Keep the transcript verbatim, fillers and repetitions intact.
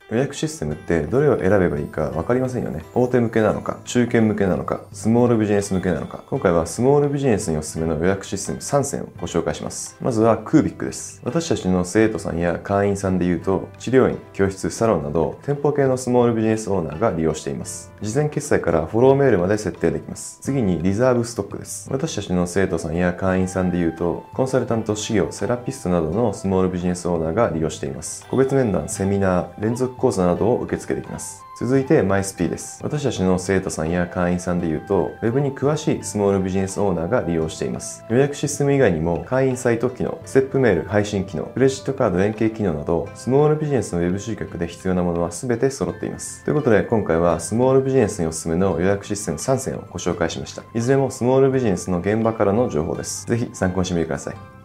予約システムってどれを選べばいいか分かりませんよね。大手向けなのか、中堅向けなのか、スモールビジネス向けなのか。今回はスモールビジネスにおすすめの予約システムさん選をご紹介します。まずはクービックです。私たちの生徒さんや会員さんで言うと、治療院、教室、サロンなど店舗系のスモールビジネスオーナーが利用しています。事前決済からフォローメールまで設定できます。次にリザーブストックです。私たちの生徒さんや会員さんで言うと、コンサルタント、事業、セラピストなどのスモールビジネスオーナーが利用しています。個別面談、セミナー、連続講座などを受け付けできます。続いて マイスピー です。私たちの生徒さんや会員さんで言うと、ウェブに詳しいスモールビジネスオーナーが利用しています。予約システム以外にも、会員サイト機能、ステップメール、配信機能、クレジットカード連携機能など、スモールビジネスのウェブ集客で必要なものは全て揃っています。ということで、今回はスモールビジネスにおすすめの予約システムさん選をご紹介しました。いずれもスモールビジネスの現場からの情報です。ぜひ参考にしてみてください。